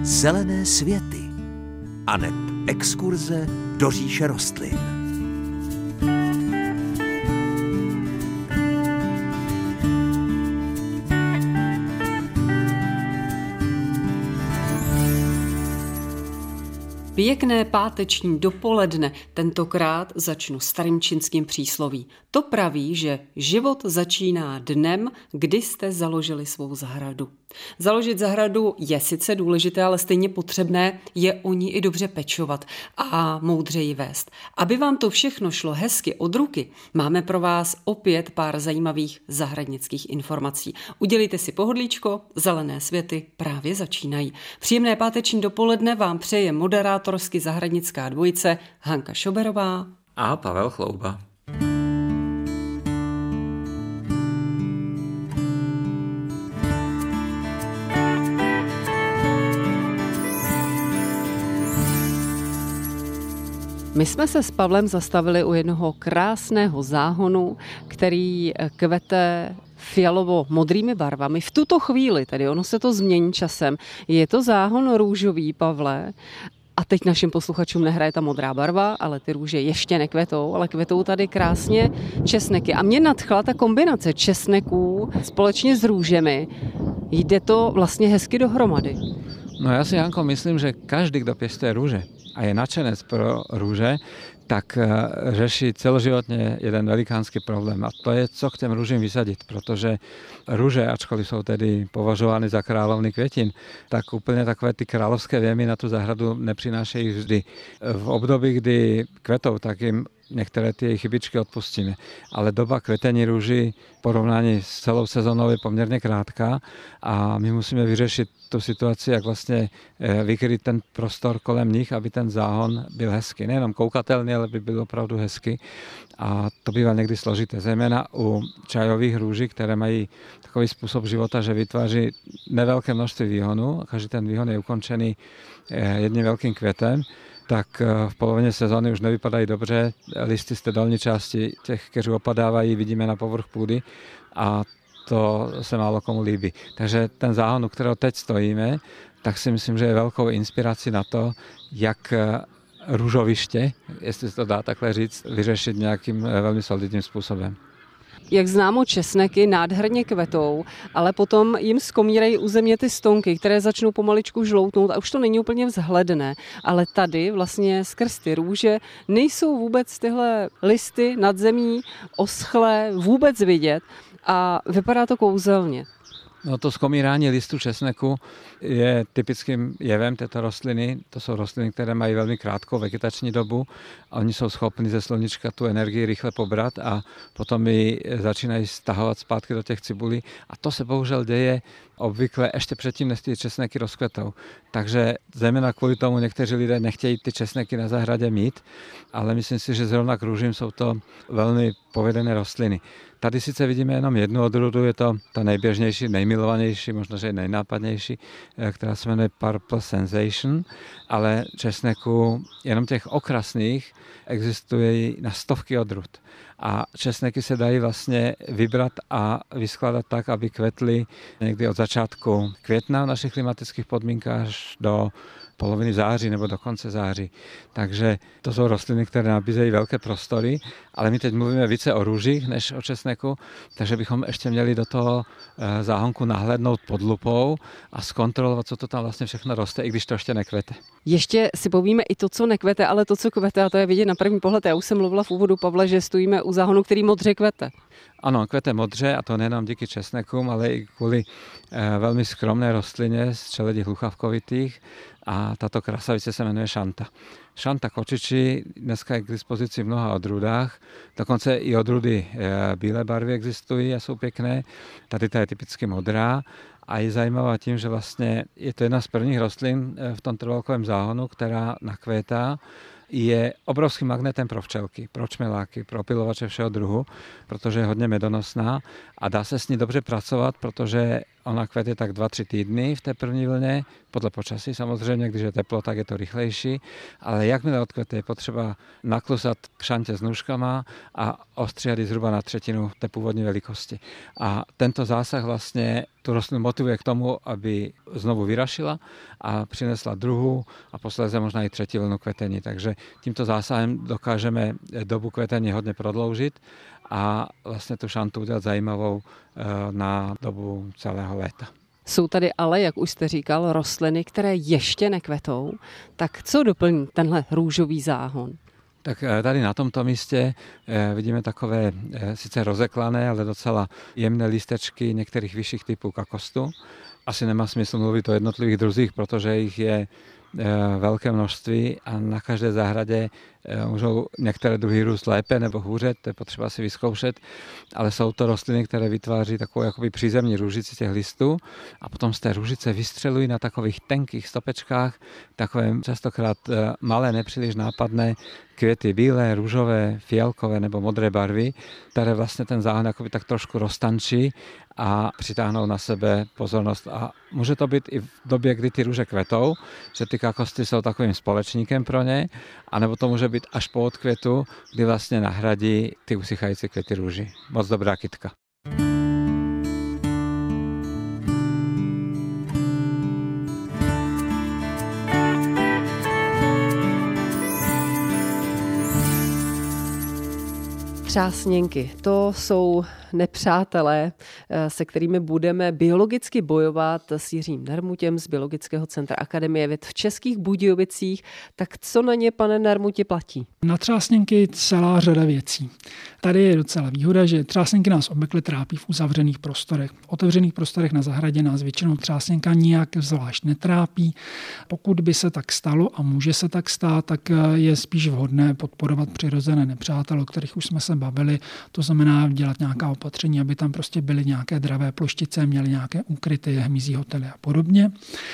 Zelené světy aneb exkurze do říše rostlin. Pěkné páteční dopoledne, tentokrát začnu starým čínským přísloví. To praví, že život začíná dnem, kdy jste založili svou zahradu. Založit zahradu je sice důležité, ale stejně potřebné je o ní i dobře pečovat a moudře ji vést. Aby vám to všechno šlo hezky od ruky, máme pro vás opět pár zajímavých zahradnických informací. Udělejte si pohodlíčko, zelené světy právě začínají. Příjemné páteční dopoledne vám přeje moderátorsky zahradnická dvojice Hanka Šoberová a Pavel Chlouba. My jsme se s Pavlem zastavili u jednoho krásného záhonu, který kvete fialovo-modrými barvami. V tuto chvíli, tedy ono se to změní časem, je to záhon růžový, Pavle. A teď našim posluchačům nehraje ta modrá barva, ale ty růže ještě nekvetou, ale kvetou tady krásně česneky. A mě nadchla ta kombinace česneků společně s růžemi. Jde to vlastně hezky dohromady. No ja si, Janko, myslím, že každý, kto pestuje rúže a je nadšenec pro rúže, tak řeší celoživotně jeden velikánsky problém. A to je, co chcem rúžím vysadiť, protože rúže, ačkoliv jsou tedy považovány za královny květin, tak úplně takové ty královské věmy na tu zahradu nepřinášejí vždy. V období, kdy kvetou, tak jim některé ty chybičky odpustíme. Ale doba kvetení růží v porovnání s celou sezónou je poměrně krátká a my musíme vyřešit tu situaci, jak vlastně vykryt ten prostor kolem nich, aby ten záhon byl hezký. Nejenom koukatelný, ale by byl opravdu hezký. A to bývá někdy složité, zejména u čajových růží, které mají takový způsob života, že vytváří nevelké množství výhonů. Každý ten výhon je ukončený jedním velkým květem. Tak v polovině sezóny už nevypadají dobře. Listy z té dolní části těch keřů opadávají, vidíme na povrch půdy a to se málo komu líbí. Takže ten záhon, u kterého teď stojíme, tak si myslím, že je velkou inspirací na to, jak růžoviště, jestli se to dá takhle říct, vyřešit nějakým velmi solidním způsobem. Jak známo, česneky nádherně kvetou, ale potom jim skomírají u země ty stonky, které začnou pomaličku žloutnout a už to není úplně vzhledné. Ale tady vlastně skrz ty růže nejsou vůbec tyhle listy nad zemí oschlé vůbec vidět a vypadá to kouzelně. No to skomírání listů česneku je typickým jevem této rostliny. To jsou rostliny, které mají velmi krátkou vegetační dobu a oni jsou schopni ze sluníčka tu energii rychle pobrat a potom ji začínají stahovat zpátky do těch cibulí. A to se bohužel děje obvykle ještě předtím, než ty česneky rozkvetou. Takže zejména kvůli tomu někteří lidé nechtějí ty česneky na zahradě mít, ale myslím si, že zrovna k růžím jsou to velmi povedené rostliny. Tady sice vidíme jenom jednu odrůdu, je to ta nejběžnější, nejmilovanější, možná, že nejnápadnější, která se jmenuje Purple Sensation, ale česneku jenom těch okrasných existuje na stovky odrůd. A česneky se dají vlastně vybrat a vyskládat tak, aby kvetly někdy od začátku května v našich klimatických podmínkách až do poloviny září nebo do konce září. Takže to jsou rostliny, které nabízejí velké prostory, ale my teď mluvíme více o růžích než o česneku, takže bychom ještě měli do toho záhonku nahlédnout pod lupou a zkontrolovat, co to tam vlastně všechno roste, i když to ještě nekvete. Ještě si povíme i to, co nekvete, ale to, co kvete, a to je vidět na první pohled. Já už jsem mluvila v úvodu, Pavle, že stojíme u záhonu, který modře kvete. Ano, kvete modře a to nejenom díky česnekům, ale i kvůli velmi skromné rostlině z čeledí hluchavkovitých a tato krasavice se jmenuje šanta. Šanta kočiči dneska je k dispozici v mnoha odrůdách, dokonce i odrůdy bílé barvy existují a jsou pěkné. Tady ta je typicky modrá a je zajímavá tím, že vlastně je to jedna z prvních rostlin v tom trvalkovém záhonu, která nakvétá. Je obrovským magnetem pro včelky, pro čmeláky, pro opylovače všeho druhu, protože je hodně medonosná a dá se s ní dobře pracovat, protože ona kvete tak 2-3 týdny v té první vlně, podle počasí samozřejmě, když je teplo, tak je to rychlejší, ale jakmile odkvete, je potřeba naklusat šantě s nůžkama a ostříhat ji zhruba na 1/3 té původní velikosti. A tento zásah vlastně tu rostlinu motivuje k tomu, aby znovu vyrašila a přinesla druhou a posléze možná i 3. vlnu kvetení. Takže tímto zásahem dokážeme dobu kvetení hodně prodloužit a vlastně tu šantu udělat zajímavou na dobu celého léta. Jsou tady ale, jak už jste říkal, rostliny, které ještě nekvetou. Tak co doplní tenhle růžový záhon? Tak tady na tomto místě vidíme takové sice rozeklané, ale docela jemné lístečky některých vyšších typů kakostu. Asi nemá smysl mluvit o jednotlivých druzích, protože jich je velké množství a na každé zahradě můžou některé druhy růst lépe nebo hůře, to je potřeba si vyzkoušet, ale jsou to rostliny, které vytváří takovou jakoby přízemní růžici těch listů a potom z té růžice vystřelují na takových tenkých stopečkách takové častokrát malé, nepříliš nápadné květy bílé, růžové, fialkové nebo modré barvy, které vlastně ten záhon jakoby tak trošku roztančí a přitáhnou na sebe pozornost. A může to být i v době, kdy ty růže kvetou, že ty kakosty jsou takovým společníkem pro ně, anebo to může být až po odkvětu, kdy vlastně nahradí ty usychající květy růži. Moc dobrá kytka. Třásněnky, to jsou nepřátelé, se kterými budeme biologicky bojovat s Jiřím Nermutěm z Biologického centra Akademie věd v Českých Budějovicích. Tak co na ně, pane Nermuti, platí? Na třásněnky celá řada věcí. Tady je docela výhoda, že třásněnky nás obvykle trápí v uzavřených prostorech. V otevřených prostorech na zahradě nás většinou třásněnka nijak zvlášť netrápí. Pokud by se tak stalo a může se tak stát, tak je spíš vhodné podporovat přirozené nepřátelé, o kterých už jsme se bavili. To znamená dělat nějaká opatření, aby tam prostě byly nějaké dravé ploštice, měly nějaké úkryty, hmyzí hotely a podobně.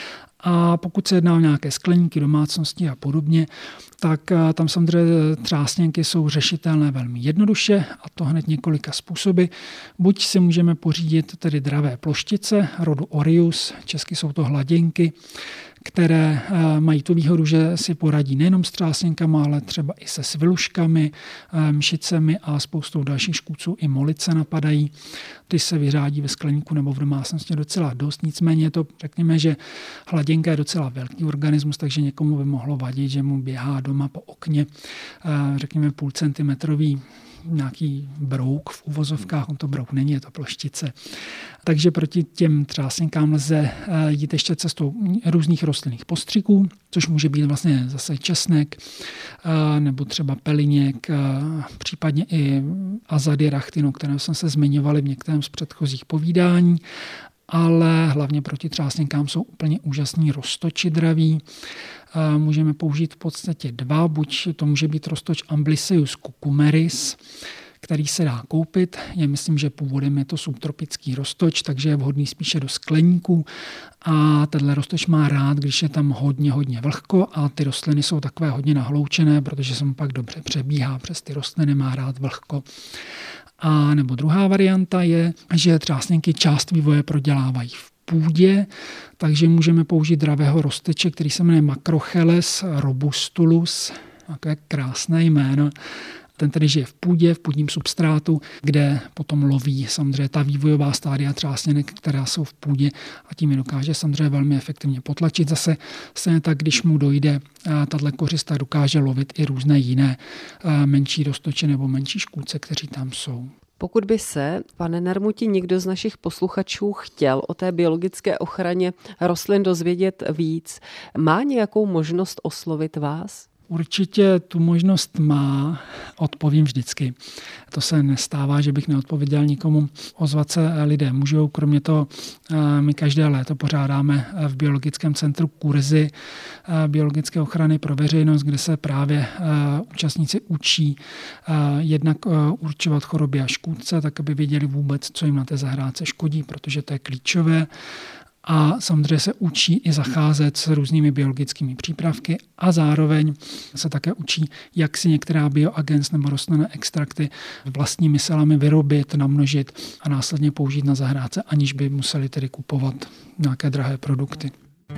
A pokud se jedná o nějaké skleníky, domácnosti a podobně, tak tam samozřejmě třásněnky jsou řešitelné velmi jednoduše, a to hned několika způsoby. Buď si můžeme pořídit tedy dravé ploštice rodu Orius, česky jsou to hladěnky, které mají tu výhodu, že si poradí nejenom s třásněnkama, ale třeba i se sviluškami, mšicemi a spoustou dalších škůdců. I molice napadají. Ty se vyřádí ve skleníku nebo v domácnosti docela dost. Nicméně je to, řekněme, že hladěnka je docela velký organismus, takže někomu by mohlo vadit, že mu běhá doma po okně, řekněme půlcentimetrový nějaký brouk v uvozovkách, on to brouk není, je to ploštice. Takže proti těm třásněnkám lze jít ještě cestou různých rostlinných postřiků, což může být vlastně zase česnek, nebo třeba peliněk, případně i azadirachtyn, o kterém jsme se zmiňovali v některém z předchozích povídání. Ale hlavně proti třásněnkám jsou úplně úžasní roztoči draví. Můžeme použít v podstatě dva, buď to může být roztoč Amblysseus cucumeris, který se dá koupit. Já myslím, že původem je to subtropický roztoč, takže je vhodný spíše do skleníků. A tenhle roztoč má rád, když je tam hodně vlhko a ty rostliny jsou takové hodně nahloučené, protože se mu pak dobře přebíhá přes ty rostliny, má rád vlhko. A nebo druhá varianta je, že třásněnky část vývoje prodělávají v půdě, takže můžeme použít dravého rozteče, který se jmenuje Macrocheles robustulus, takové krásné jméno. Ten tedy žije v půdě, v půdním substrátu, kde potom loví samozřejmě ta vývojová stádia třásněnek, která jsou v půdě, a tím je dokáže samozřejmě velmi efektivně potlačit. Zase stejně tak, když mu dojde tato kořista, dokáže lovit i různé jiné menší roztoče nebo menší škůdce, kteří tam jsou. Pokud by se, pane Nermuti, někdo z našich posluchačů chtěl o té biologické ochraně rostlin dozvědět víc, má nějakou možnost oslovit vás? Určitě tu možnost má, odpovím vždycky. To se nestává, že bych neodpověděl nikomu. Ozvat se lidé můžou, kromě toho my každé léto pořádáme v Biologickém centru kurzy biologické ochrany pro veřejnost, kde se právě účastníci učí jednak určovat choroby a škůdce, tak aby věděli vůbec, co jim na té zahrádce škodí, protože to je klíčové. a samozřejmě se učí i zacházet s různými biologickými přípravky a zároveň se také učí, jak si některá bioagens nebo rostlinné extrakty vlastními silami vyrobit, namnožit a následně použít na zahrádce, aniž by museli tedy kupovat nějaké drahé produkty.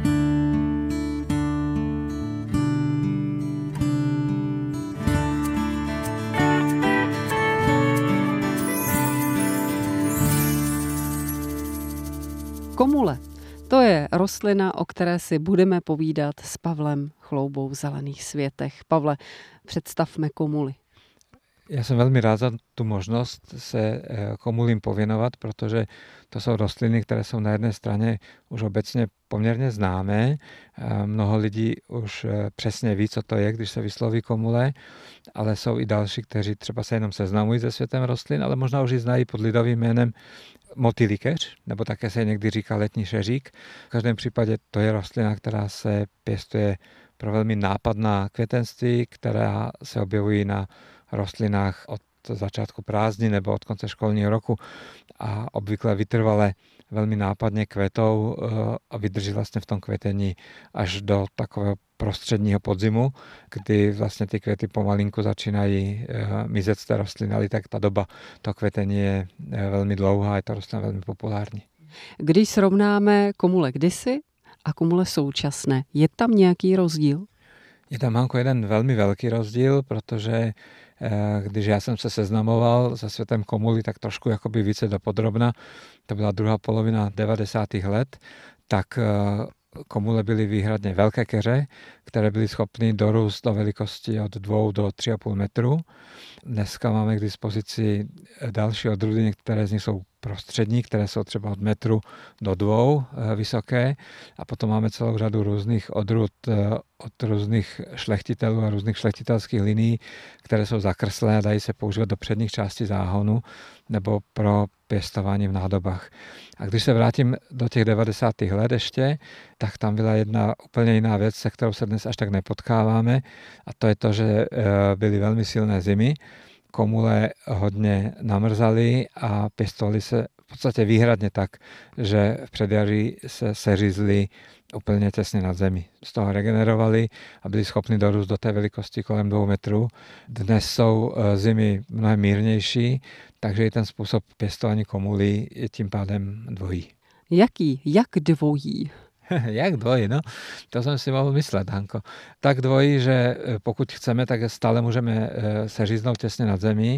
Komule. To je rostlina, o které si budeme povídat s Pavlem Chloubou v Zelených světech. Pavle, představme komuly. Já jsem velmi rád za tu možnost se komulím pověnovat, protože to jsou rostliny, které jsou na jedné straně už obecně poměrně známé. Mnoho lidí už přesně ví, co to je, když se vysloví komule, ale jsou i další, kteří třeba se jenom seznamují se světem rostlin, ale možná už ji znají pod lidovým jménem motýlikeř, nebo také se někdy říká letní šeřík. V každém případě to je rostlina, která se pěstuje pro velmi nápadná květenství, která se objevují na rostlinách od začátku prázdnin nebo od konce školního roku a obvykle vytrvale velmi nápadně kvetou a vydrží vlastně v tom kvetení až do takového prostředního podzimu, kdy vlastně ty květy pomalinku začínají mizet z té rostliny, ale tak ta doba to kvetení je velmi dlouhá, je ta rostlina velmi populární. Když srovnáme komule kdysi a komule současné, je tam nějaký rozdíl? Je tam, Hanko, jeden velmi velký rozdíl, protože když já jsem se seznamoval se světem komuly, tak trošku jakoby více dopodrobna, to byla druhá polovina 90. let, tak komule byly výhradně velké keře, které byly schopny dorůst do velikosti od 2 do 3,5 metru. Dneska máme k dispozici další odrůdy, některé z nich jsou prostřední, které jsou třeba od metru do 2 vysoké a potom máme celou řadu různých odrůd od různých šlechtitelů a různých šlechtitelských linií, které jsou zakrslé a dají se používat do předních částí záhonu nebo pro pěstování v nádobách. A když se vrátím do těch 90. let ještě, tak tam byla jedna úplně jiná věc, se kterou se dnes až tak nepotkáváme, a to je to, že byly velmi silné zimy, komule hodně namrzaly a pěstovaly se v podstatě výhradně tak, že v předjaří se seřízly úplně těsně nad zemi. Z toho regenerovali a byli schopni dorůst do té velikosti kolem 2 metrů. Dnes jsou zimy mnohem mírnější, takže i ten způsob pěstování komulí je tím pádem dvojí. Jaký? Jak dvojí? Jak dvojí? No, to jsem si mohl myslet, Hanko. Tak dvojí, že pokud chceme, tak stále můžeme seříznout těsně nad zemí,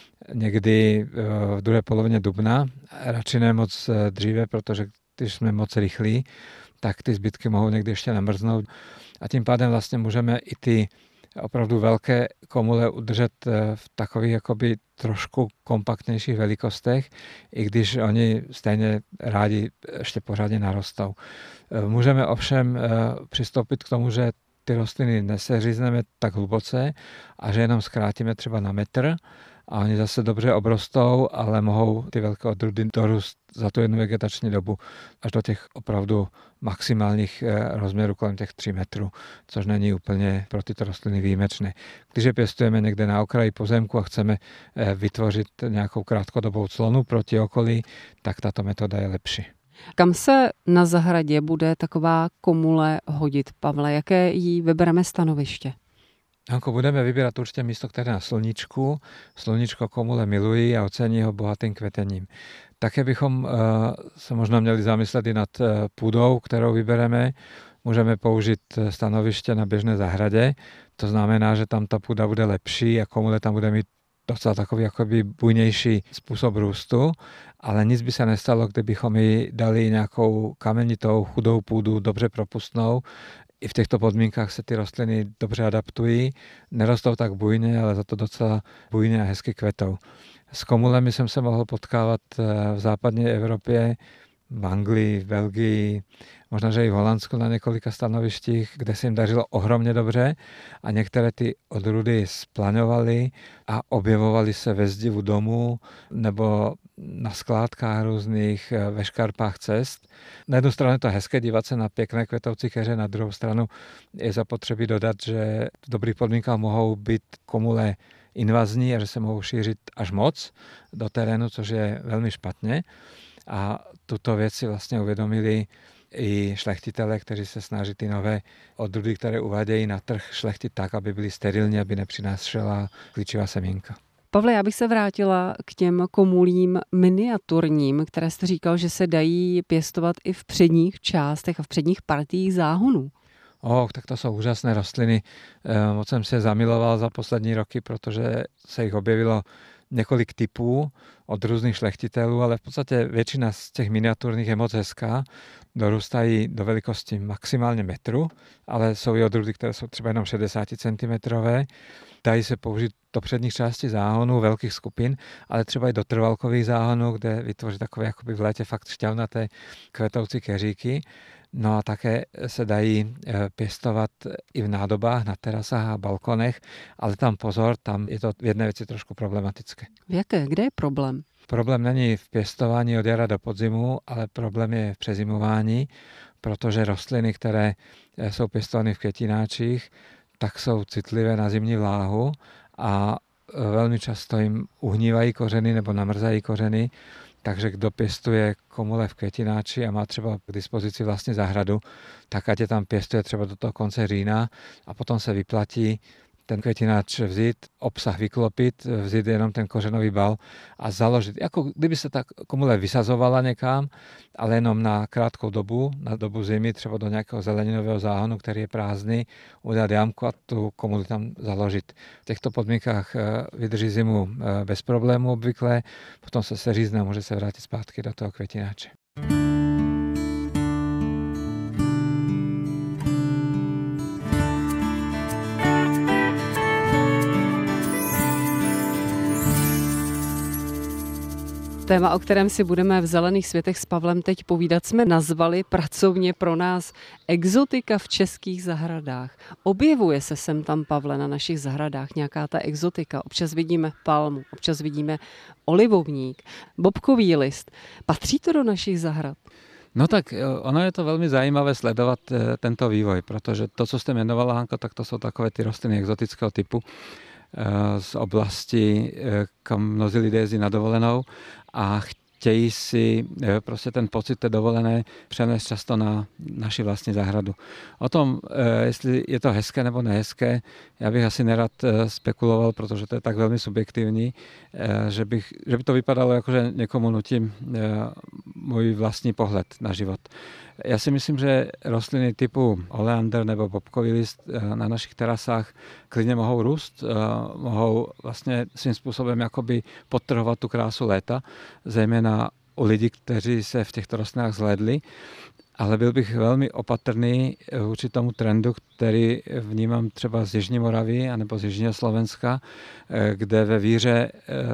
někdy v druhé polovině dubna, radši ne moc dříve, protože když jsme moc rychlí, tak ty zbytky mohou někdy ještě namrznout a tím pádem vlastně můžeme i ty opravdu velké komule udržet v takových jakoby trošku kompaktnějších velikostech, i když oni stejně rádi ještě pořádně narostou. Můžeme ovšem přistoupit k tomu, že ty rostliny neseřízneme tak hluboce a že jenom zkrátíme třeba na metr a oni zase dobře obrostou, ale mohou ty velké odrůdy dorůst za tu jednu vegetační dobu až do těch opravdu maximálních rozměrů kolem těch 3 metrů, což není úplně pro tyto rostliny výjimečné. Když je pěstujeme někde na okraji pozemku a chceme vytvořit nějakou krátkodobou clonu proti okolí, tak tato metoda je lepší. Kam se na zahradě bude taková komule hodit, Pavle? Jaké jí vybereme stanoviště? Hanko, budeme vybírat určitě místo, které na sluníčku. Sluníčko komule milují a ocení ho bohatým kvetením. Také bychom se možná měli zamyslet i nad půdou, kterou vybereme. Můžeme použít stanoviště na běžné zahradě. To znamená, že tam ta půda bude lepší a komule tam bude mít docela takový jakoby bujnější způsob růstu, ale nic by se nestalo, kdybychom jí dali nějakou kamenitou, chudou půdu, dobře propustnou. I v těchto podmínkách se ty rostliny dobře adaptují, nerostou tak bujně, ale za to docela bujně a hezky kvetou. S komulemi jsem se mohl potkávat v západní Evropě, v Anglii, v Belgii, možná, že i v Holandsku na několika stanovištích, kde se jim dařilo ohromně dobře a některé ty odrůdy splaňovaly a objevovaly se ve zdivu domů nebo na skládkách různých, ve škarpách cest. Na jednu stranu je to hezké dívat se na pěkné kvetoucí keře, na druhou stranu je zapotřebí dodat, že v dobrých podmínkách mohou být komule invazní a že se mohou šířit až moc do terénu, což je velmi špatně. A tuto věc si vlastně uvědomili i šlechtitelé, kteří se snaží ty nové odrůdy, které uvádějí na trh, šlechtit tak, aby byly sterilní, aby nepřinášela klíčivá semínka. Pavle, já bych se vrátila k těm komulím miniaturním, které jste říkal, že se dají pěstovat i v předních částech a v předních partiích záhonů. Tak to jsou úžasné rostliny. Moc jsem se zamiloval za poslední roky, protože se jich objevilo několik typů od různých šlechtitelů, ale v podstatě většina z těch miniaturních je moc hezká. Dorůstají do velikosti maximálně metru, ale jsou i odrůdy, které jsou třeba jenom 60 cm. Dají se použít do předních částí záhonů, velkých skupin, ale třeba i do trvalkových záhonů, kde vytvoří takové jakoby v létě fakt šťavnaté kvetoucí keříky. No a také se dají pěstovat i v nádobách, na terasách a balkonech, ale tam pozor, tam je to v jedné věci trošku problematické. V jaké? Kde je problém? Problém není v pěstování od jara do podzimu, ale problém je v přezimování, protože rostliny, které jsou pěstovány v květináčích, tak jsou citlivé na zimní vláhu a velmi často jim uhnívají kořeny nebo namrzají kořeny. Takže kdo pěstuje komule v květináči a má třeba k dispozici vlastně zahradu, tak ať je tam pěstuje třeba do toho konce října a potom se vyplatí ten květináč vzít, obsah vyklopit, vzít jenom ten kořenový bal a založit. Jako kdyby se ta komule vysazovala někam, ale jenom na krátkou dobu, na dobu zimy, třeba do nějakého zeleninového záhonu, který je prázdný, udělat jamku a tu komuli tam založit. V těchto podmínkách vydrží zimu bez problémů obvykle, potom se seřízne a může se vrátit zpátky do toho květináče. Téma, o kterém si budeme v Zelených světech s Pavlem teď povídat, jsme nazvali pracovně pro nás exotika v českých zahradách. Objevuje se sem tam, Pavle, na našich zahradách nějaká ta exotika. Občas vidíme palmu, občas vidíme olivovník, bobkový list. Patří to do našich zahrad? No tak ono je to velmi zajímavé sledovat tento vývoj, protože to, co jste jmenovala, Hanko, tak to jsou takové ty rostliny exotického typu z oblasti, kam mnozí lidé jezdí na dovolenou a chtějí si prostě ten pocit té dovolené přenést často na naši vlastní zahradu. O tom, jestli je to hezké nebo nehezké, já bych asi nerad spekuloval, protože to je tak velmi subjektivní, že by to vypadalo jako, že někomu nutím můj vlastní pohled na život. Já si myslím, že rostliny typu oleander nebo bobkový list na našich terasách klidně mohou růst, mohou vlastně svým způsobem jakoby podtrhovat tu krásu léta, zejména u lidí, kteří se v těchto rostlinách zhlédli, ale byl bych velmi opatrný vůči tomu trendu, který vnímám třeba z Jižní Moravy anebo z Jižního Slovenska, kde ve víře,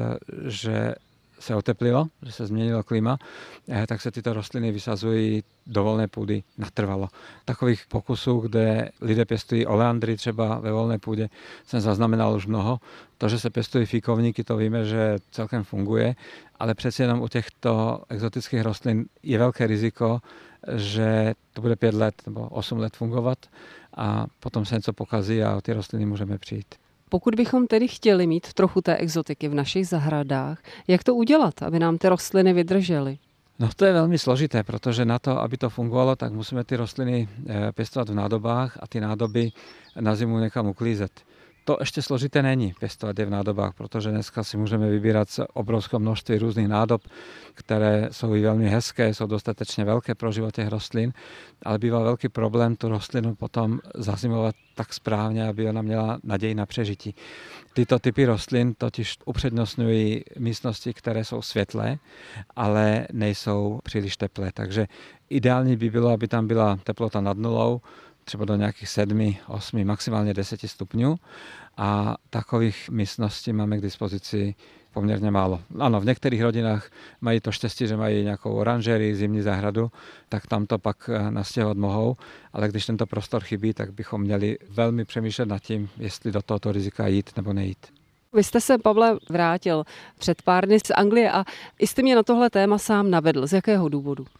že se oteplilo, že se změnilo klima, tak se tyto rostliny vysazují do volné půdy natrvalo. Takových pokusů, kde lidé pěstují oleandry třeba ve volné půdě, jsem zaznamenal už mnoho. To, že se pěstují fíkovníky, to víme, že celkem funguje, ale přeci jenom u těchto exotických rostlin je velké riziko, že to bude 5 let nebo 8 let fungovat a potom se něco pokazí a o ty rostliny můžeme přijít. Pokud bychom tedy chtěli mít trochu té exotiky v našich zahradách, jak to udělat, aby nám ty rostliny vydržely? No to je velmi složité, protože na to, aby to fungovalo, tak musíme ty rostliny pěstovat v nádobách a ty nádoby na zimu někam uklízet. To ještě složité není pěstovat je v nádobách, protože dneska si můžeme vybírat obrovské množství různých nádob, které jsou i velmi hezké, jsou dostatečně velké pro život těch rostlin, ale bývá velký problém tu rostlinu potom zazimovat tak správně, aby ona měla naději na přežití. Tyto typy rostlin totiž upřednostňují místnosti, které jsou světlé, ale nejsou příliš teplé. Takže ideální by bylo, aby tam byla teplota nad nulou, třeba do nějakých 7, 8, maximálně 10 stupňů a takových místností máme k dispozici poměrně málo. Ano, v některých rodinách mají to štěstí, že mají nějakou oranžerii, zimní zahradu, tak tam to pak nastěhovat mohou, ale když tento prostor chybí, tak bychom měli velmi přemýšlet nad tím, jestli do tohoto rizika jít nebo nejít. Vy jste se, Pavle, vrátil před pár dny z Anglie a jste mě na tohle téma sám navedl. Z jakého důvodu?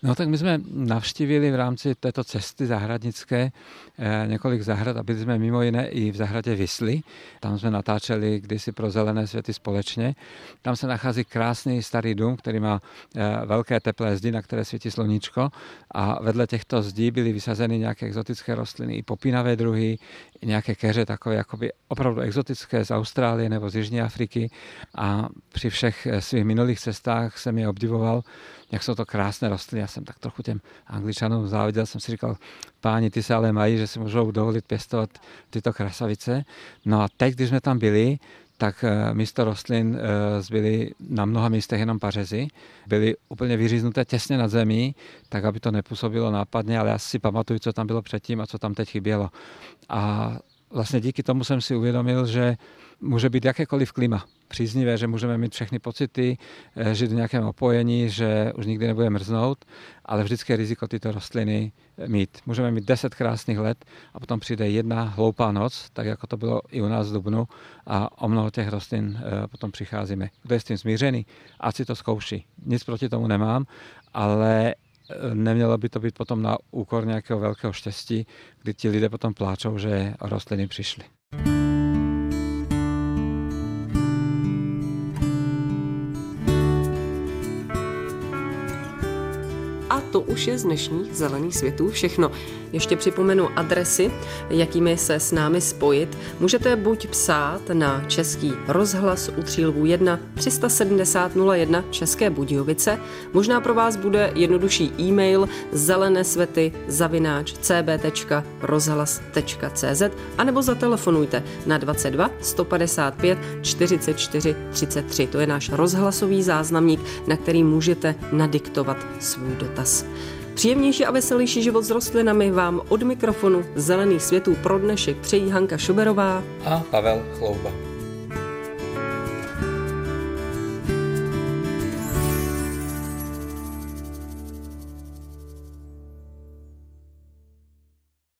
No tak my jsme navštívili v rámci této cesty zahradnické několik zahrad a byli jsme mimo jiné i v zahradě Visly. Tam jsme natáčeli kdysi pro Zelené světy společně. Tam se nachází krásný starý dům, který má velké teplé zdi, na které svítí sluníčko, a vedle těchto zdí byly vysazeny nějaké exotické rostliny, i popínavé druhy, i nějaké keře takové jakoby opravdu exotické z Austrálie nebo z Jižní Afriky, a při všech svých minulých cestách jsem je obdivoval, jak jsou to krásné rostliny. Já jsem tak trochu těm Angličanům záviděl, jsem si říkal, páni, ty se ale mají, že si můžou dovolit pěstovat tyto krasavice. No a teď, když jsme tam byli, tak místo rostlin zbyly na mnoha místech jenom pařezy. Byly úplně vyříznuté těsně nad zemí, tak aby to nepůsobilo nápadně, ale já si pamatuju, co tam bylo předtím a co tam teď chybělo. A vlastně díky tomu jsem si uvědomil, že může být jakékoliv klima příznivé, že můžeme mít všechny pocity, žít v nějakém opojení, že už nikdy nebude mrznout, ale vždycky je riziko tyto rostliny mít. Můžeme mít 10 krásných let a potom přijde jedna hloupá noc, tak jako to bylo i u nás v dubnu, a o mnoho těch rostlin potom přicházíme. Kdo je s tím smířený, ať si to zkouší. Nic proti tomu nemám, ale nemělo by to být potom na úkor nějakého velkého štěstí, kdy ti lidé potom pláčou, že rostliny přišly. A to už je z dnešních Zelených světů všechno. Ještě připomenu adresy, jakými se s námi spojit. Můžete buď psát na Český rozhlas u Třílvů 1 370 01 České Budějovice. Možná pro vás bude jednodušší e-mail zelenesvety@cb.rozhlas.cz anebo zatelefonujte na 22 155 44 33. To je náš rozhlasový záznamník, na který můžete nadiktovat svůj dotaz. Příjemnější a veselější život s rostlinami vám od mikrofonu Zelených světů pro dnešek přejí Hanka Šuberová a Pavel Chlouba.